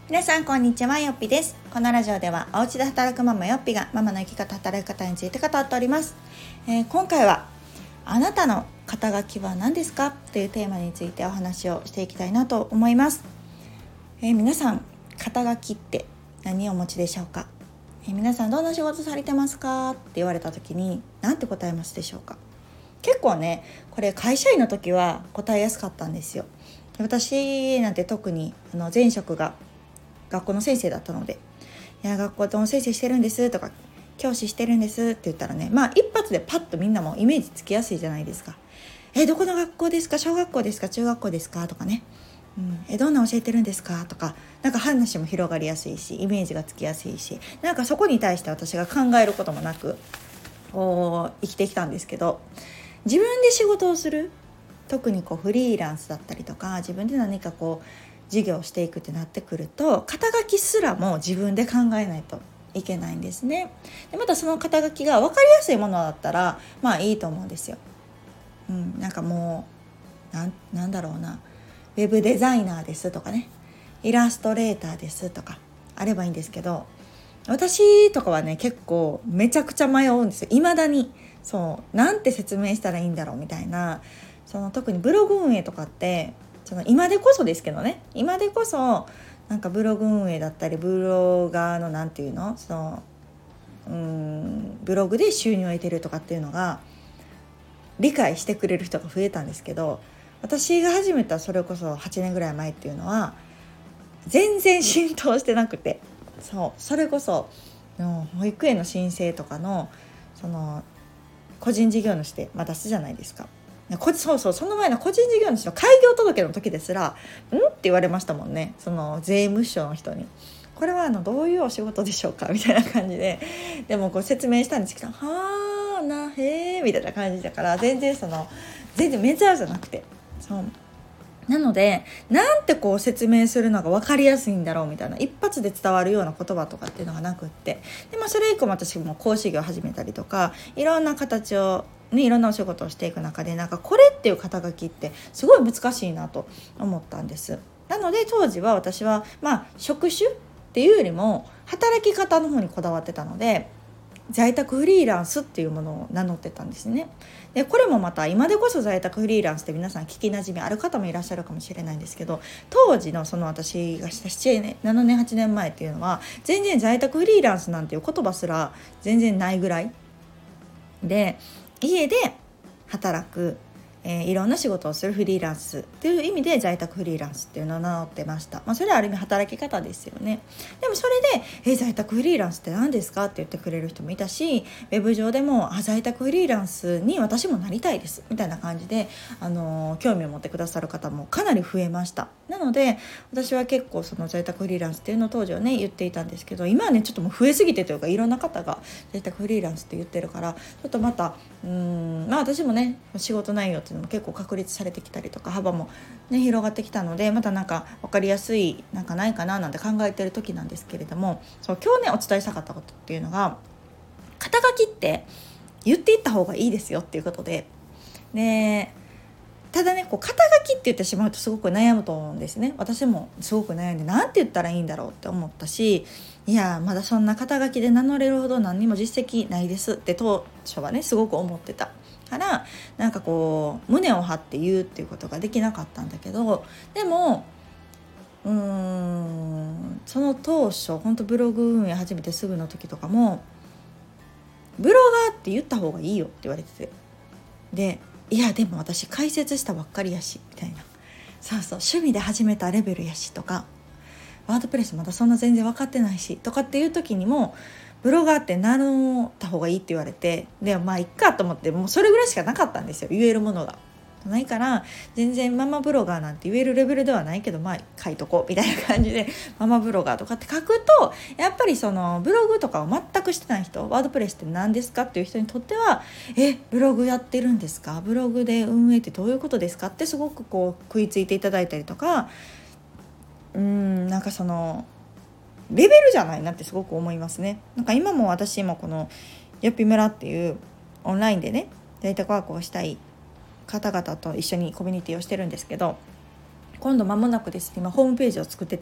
皆さんこんにちは、よっぴです。このラジオではお家で働くママよっぴがママの生き方、働き方について語っております。今回はあなたの肩書きは何ですかというテーマについてお話をしていきたいなと思います。皆さん肩書きって何をお持ちでしょうか？皆さんどんな仕事されてますかって言われた時に何て答えますでしょうか？結構ね、これ会社員の時は答えやすかったんですよ。私なんて特に前職が学校の先生だったので、いや学校の先生してるんですとか、教師してるんですって言ったらね、一発でパッとみんなもイメージつきやすいじゃないですか。どこの学校ですか？小学校ですか？中学校ですか？とかね、どんな教えてるんですか？とか、なんか話も広がりやすいし、イメージがつきやすいし、なんかそこに対して私が考えることもなく生きてきたんですけど、自分で仕事をする、特にフリーランスだったりとか、自分で何か事業をしていくってなってくると、肩書きすらも自分で考えないといけないんですね。でまたその肩書きが分かりやすいものだったらいいと思うんですよ。なんかもうなんだろうな、ウェブデザイナーですとかね、イラストレーターですとかあればいいんですけど、私とかはね結構めちゃくちゃ迷うんですよ。未だになんて説明したらいいんだろうみたいな。特にブログ運営とかって今でこそですけどね、今でこそなんかブログ運営だったり、ブロガーのなんていうの、ブログで収入を得てるとかっていうのが理解してくれる人が増えたんですけど、私が始めたそれこそ8年ぐらい前っていうのは全然浸透してなくて、それこそ保育園の申請とかの個人事業主で出すじゃないですか。その前の個人事業主の開業届の時ですらって言われましたもんね。税務署の人に、これはどういうお仕事でしょうかみたいな感じで、でも説明したんですけど、はーなへーみたいな感じだから、全然メジャーじゃなくて、なのでなんて説明するのが分かりやすいんだろうみたいな、一発で伝わるような言葉とかっていうのがなくって、で、それ以降私も講師業を始めたりとか、いろんな形をいろんなお仕事をしていく中で、なんかこれっていう肩書きってすごい難しいなと思ったんです。なので当時は私は職種っていうよりも働き方の方にこだわってたので、在宅フリーランスっていうものを名乗ってたんですね。でこれもまた今でこそ在宅フリーランスって皆さん聞きなじみある方もいらっしゃるかもしれないんですけど、当時の私がした7年7年8年前っていうのは全然在宅フリーランスなんていう言葉すら全然ないぐらいで、家で働く、いろんな仕事をするフリーランスっていう意味で在宅フリーランスっていうのを名乗ってました。それはある意味働き方ですよね。でもそれで在宅フリーランスって何ですかって言ってくれる人もいたし、ウェブ上でも在宅フリーランスに私もなりたいですみたいな感じで、興味を持ってくださる方もかなり増えました。なので私は結構在宅フリーランスっていうのを当時はね言っていたんですけど、今はねちょっともう増えすぎてというか、いろんな方が在宅フリーランスって言ってるから、ちょっとまた私もね仕事内容っていうのも結構確立されてきたりとか、幅もね広がってきたので、またなんか分かりやすいなんかないかななんて考えてる時なんですけれども、今日ねお伝えしたかったことっていうのが、肩書きって言っていった方がいいですよっていうことで、ただね肩書きって言ってしまうとすごく悩むと思うんですね。私もすごく悩んで、なんて言ったらいいんだろうって思ったし、いやまだそんな肩書きで名乗れるほど何にも実績ないですって当初はねすごく思ってたから、なんか胸を張って言うっていうことができなかったんだけど、でもその当初本当ブログ運営始めてすぐの時とかも、ブロガーって言った方がいいよって言われてて、でいやでも私解説したばっかりやしみたいな、趣味で始めたレベルやしとか、ワードプレスまだそんな全然分かってないしとかっていう時にも、ブロガーって名乗った方がいいって言われて、でいっかと思って、もうそれぐらいしかなかったんですよ、言えるものがないから。全然ママブロガーなんて言えるレベルではないけど、書いとこうみたいな感じでママブロガーとかって書くと、やっぱりブログとかを全くしてない人、ワードプレスって何ですかっていう人にとっては、ブログやってるんですか、ブログで運営ってどういうことですかってすごく食いついていただいたりとか、なんかレベルじゃないなってすごく思いますね。なんか今も私もこのよっぴ村っていうオンラインでね在宅ワークをしたい方々と一緒にコミュニティをしてるんですけど、今度間もなくですね、今ホームページを作ってて、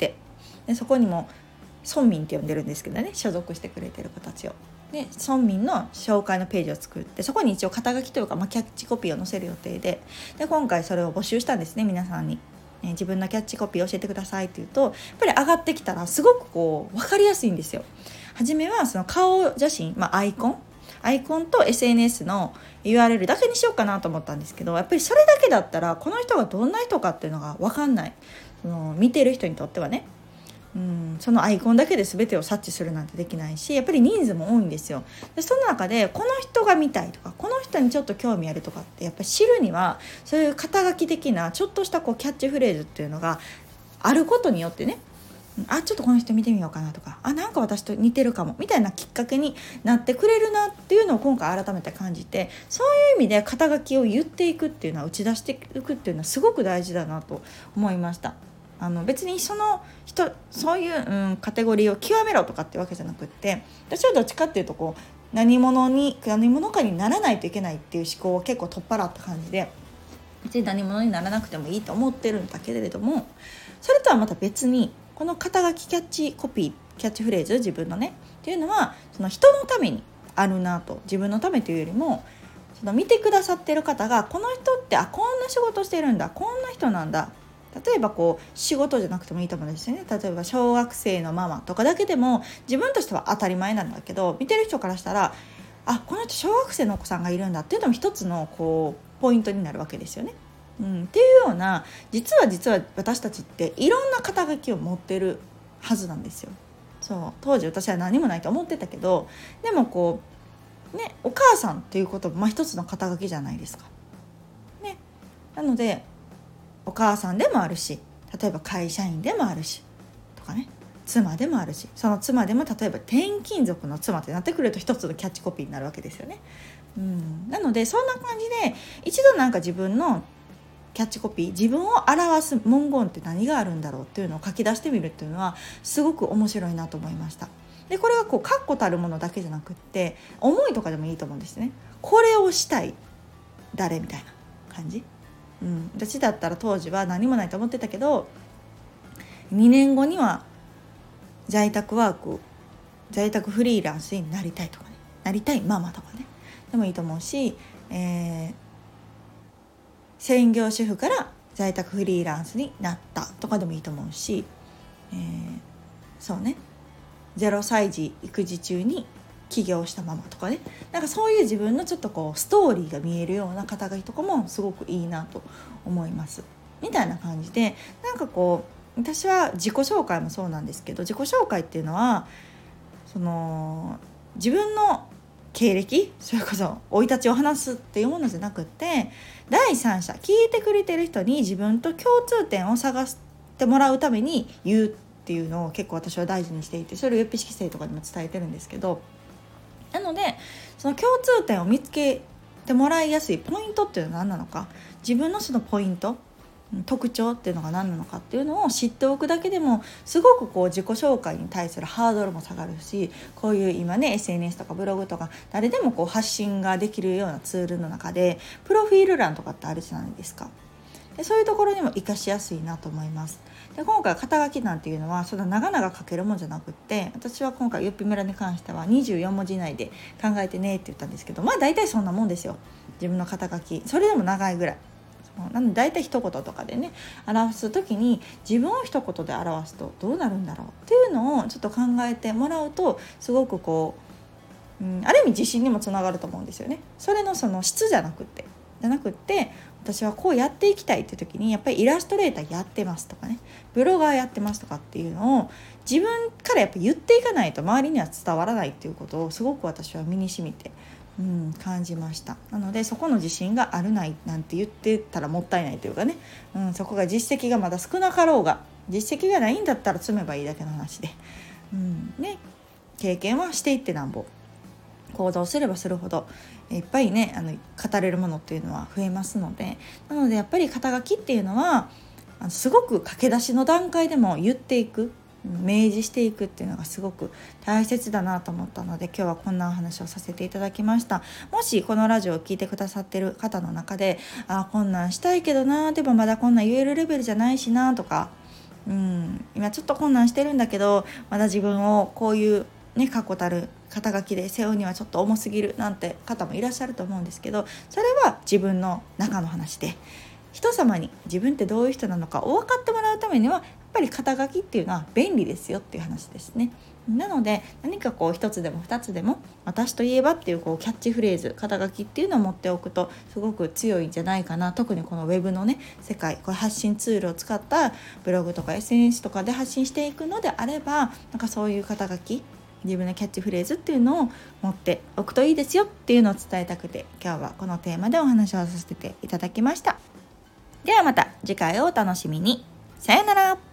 でそこにも村民って呼んでるんですけどね、所属してくれてる子たちを。で村民の紹介のページを作って、そこに一応肩書きというか、キャッチコピーを載せる予定で、今回それを募集したんですね、皆さんに。自分のキャッチコピーを教えてくださいって言うと、やっぱり上がってきたらすごくこう分かりやすいんですよ。初めはその顔写真、アイコンと SNS の URL だけにしようかなと思ったんですけど、やっぱりそれだけだったらこの人がどんな人かっていうのが分かんない。その見てる人にとってはね、そのアイコンだけで全てを察知するなんてできないし、やっぱり人数も多いんですよ。でその中でこの人が見たいとか、この人にちょっと興味あるとかってやっぱり知るには、そういう肩書き的なちょっとしたこうキャッチフレーズっていうのがあることによってね、ちょっとこの人見てみようかなとか、なんか私と似てるかもみたいなきっかけになってくれるなっていうのを今回改めて感じて、そういう意味で肩書きを言っていくっていうのは、打ち出していくっていうのはすごく大事だなと思いました。別にその人そういう、カテゴリーを極めろとかってわけじゃなくって、私はどっちかっていうとこう何者かにならないといけないっていう思考を結構取っ払った感じで、別に何者にならなくてもいいと思ってるんだけれども、それとはまた別にこの肩書きキャッチコピーキャッチフレーズ、自分のねっていうのはその人のためにあるなと、自分のためというよりもその見てくださってる方が、この人ってこんな仕事してるんだ、こんな人なんだ、例えばこう仕事じゃなくてもいいと思うんですよね。例えば小学生のママとかだけでも自分としては当たり前なんだけど、見てる人からしたらこの人小学生のお子さんがいるんだっていうのも一つのこうポイントになるわけですよね。っていうような、実は私たちっていろんな肩書きを持ってるはずなんですよ。そう当時私は何もないと思ってたけど、でもこうね、お母さんっていうことも一つの肩書きじゃないですかね。なのでお母さんでもあるし、例えば会社員でもあるしとかね、妻でもあるし、その妻でも例えば転勤族の妻ってなってくると一つのキャッチコピーになるわけですよね。なのでそんな感じで一度なんか自分のキャッチコピー、自分を表す文言って何があるんだろうっていうのを書き出してみるっていうのはすごく面白いなと思いました。でこれがこう確固たるものだけじゃなくって、思いとかでもいいと思うんですね。これをしたい誰みたいな感じ。私だったら当時は何もないと思ってたけど、2年後には在宅フリーランスになりたいとかね、なりたいママとかねでもいいと思うし、専業主婦から在宅フリーランスになったとかでもいいと思うし、そうね、0歳児育児中に起業したママとかね、なんかそういう自分のちょっとこうストーリーが見えるような肩書きとかもすごくいいなと思いますみたいな感じで、なんかこう私は自己紹介もそうなんですけど、自己紹介っていうのはその自分の経歴、それこそ生い立ちを話すっていうものじゃなくって、第三者、聞いてくれてる人に自分と共通点を探してもらうために言うっていうのを結構私は大事にしていて、それをウェピ式生とかにも伝えてるんですけど、なのでその共通点を見つけてもらいやすいポイントっていうのは何なのか、自分のそのポイント特徴っていうのが何なのかっていうのを知っておくだけでもすごくこう自己紹介に対するハードルも下がるし、こういう今ね SNS とかブログとか誰でもこう発信ができるようなツールの中でプロフィール欄とかってあるじゃないですか。でそういうところにも活かしやすいなと思います。で今回肩書きなんていうのはそんな長々書けるもんじゃなくって、私は今回ゆっぴ村に関しては24文字以内で考えてねって言ったんですけど、大体そんなもんですよ、自分の肩書き。それでも長いぐらいなので、大体一言とかでね表す時に自分を一言で表すとどうなるんだろうっていうのをちょっと考えてもらうと、すごくこう、ある意味自信にもつながると思うんですよね。それのその質じゃなくって私はこうやっていきたいって時に、やっぱりイラストレーターやってますとかね、ブロガーやってますとかっていうのを自分からやっぱ言っていかないと周りには伝わらないっていうことをすごく私は身に染みて感じました。なのでそこの自信があるないなんて言ってたらもったいないというかね、そこが実績がまだ少なかろうが、実績がないんだったら積めばいいだけの話で、ね、経験はしていってなんぼ、行動すればするほどいっぱいね語れるものっていうのは増えますので、なのでやっぱり肩書きっていうのはすごく駆け出しの段階でも言っていく、明示していくっていうのがすごく大切だなと思ったので、今日はこんなお話をさせていただきました。もしこのラジオを聞いてくださってる方の中でこんなんしたいけどな、でもまだこんなん言えるレベルじゃないしなとか、 今ちょっと困難してるんだけど、まだ自分をこういうね確固たる肩書きで背負うにはちょっと重すぎるなんて方もいらっしゃると思うんですけど、それは自分の中の話で、人様に自分ってどういう人なのかを分かってもらうためにはやっぱり肩書きっていうのは便利ですよっていう話ですね。なので何か一つでも二つでも私といえばっていうキャッチフレーズ、肩書きっていうのを持っておくとすごく強いんじゃないかな。特にこのウェブのね世界、発信ツールを使ったブログとか SNS とかで発信していくのであれば、そういう肩書き、自分のキャッチフレーズっていうのを持っておくといいですよっていうのを伝えたくて、今日はこのテーマでお話をさせていただきました。ではまた次回をお楽しみに。さよなら。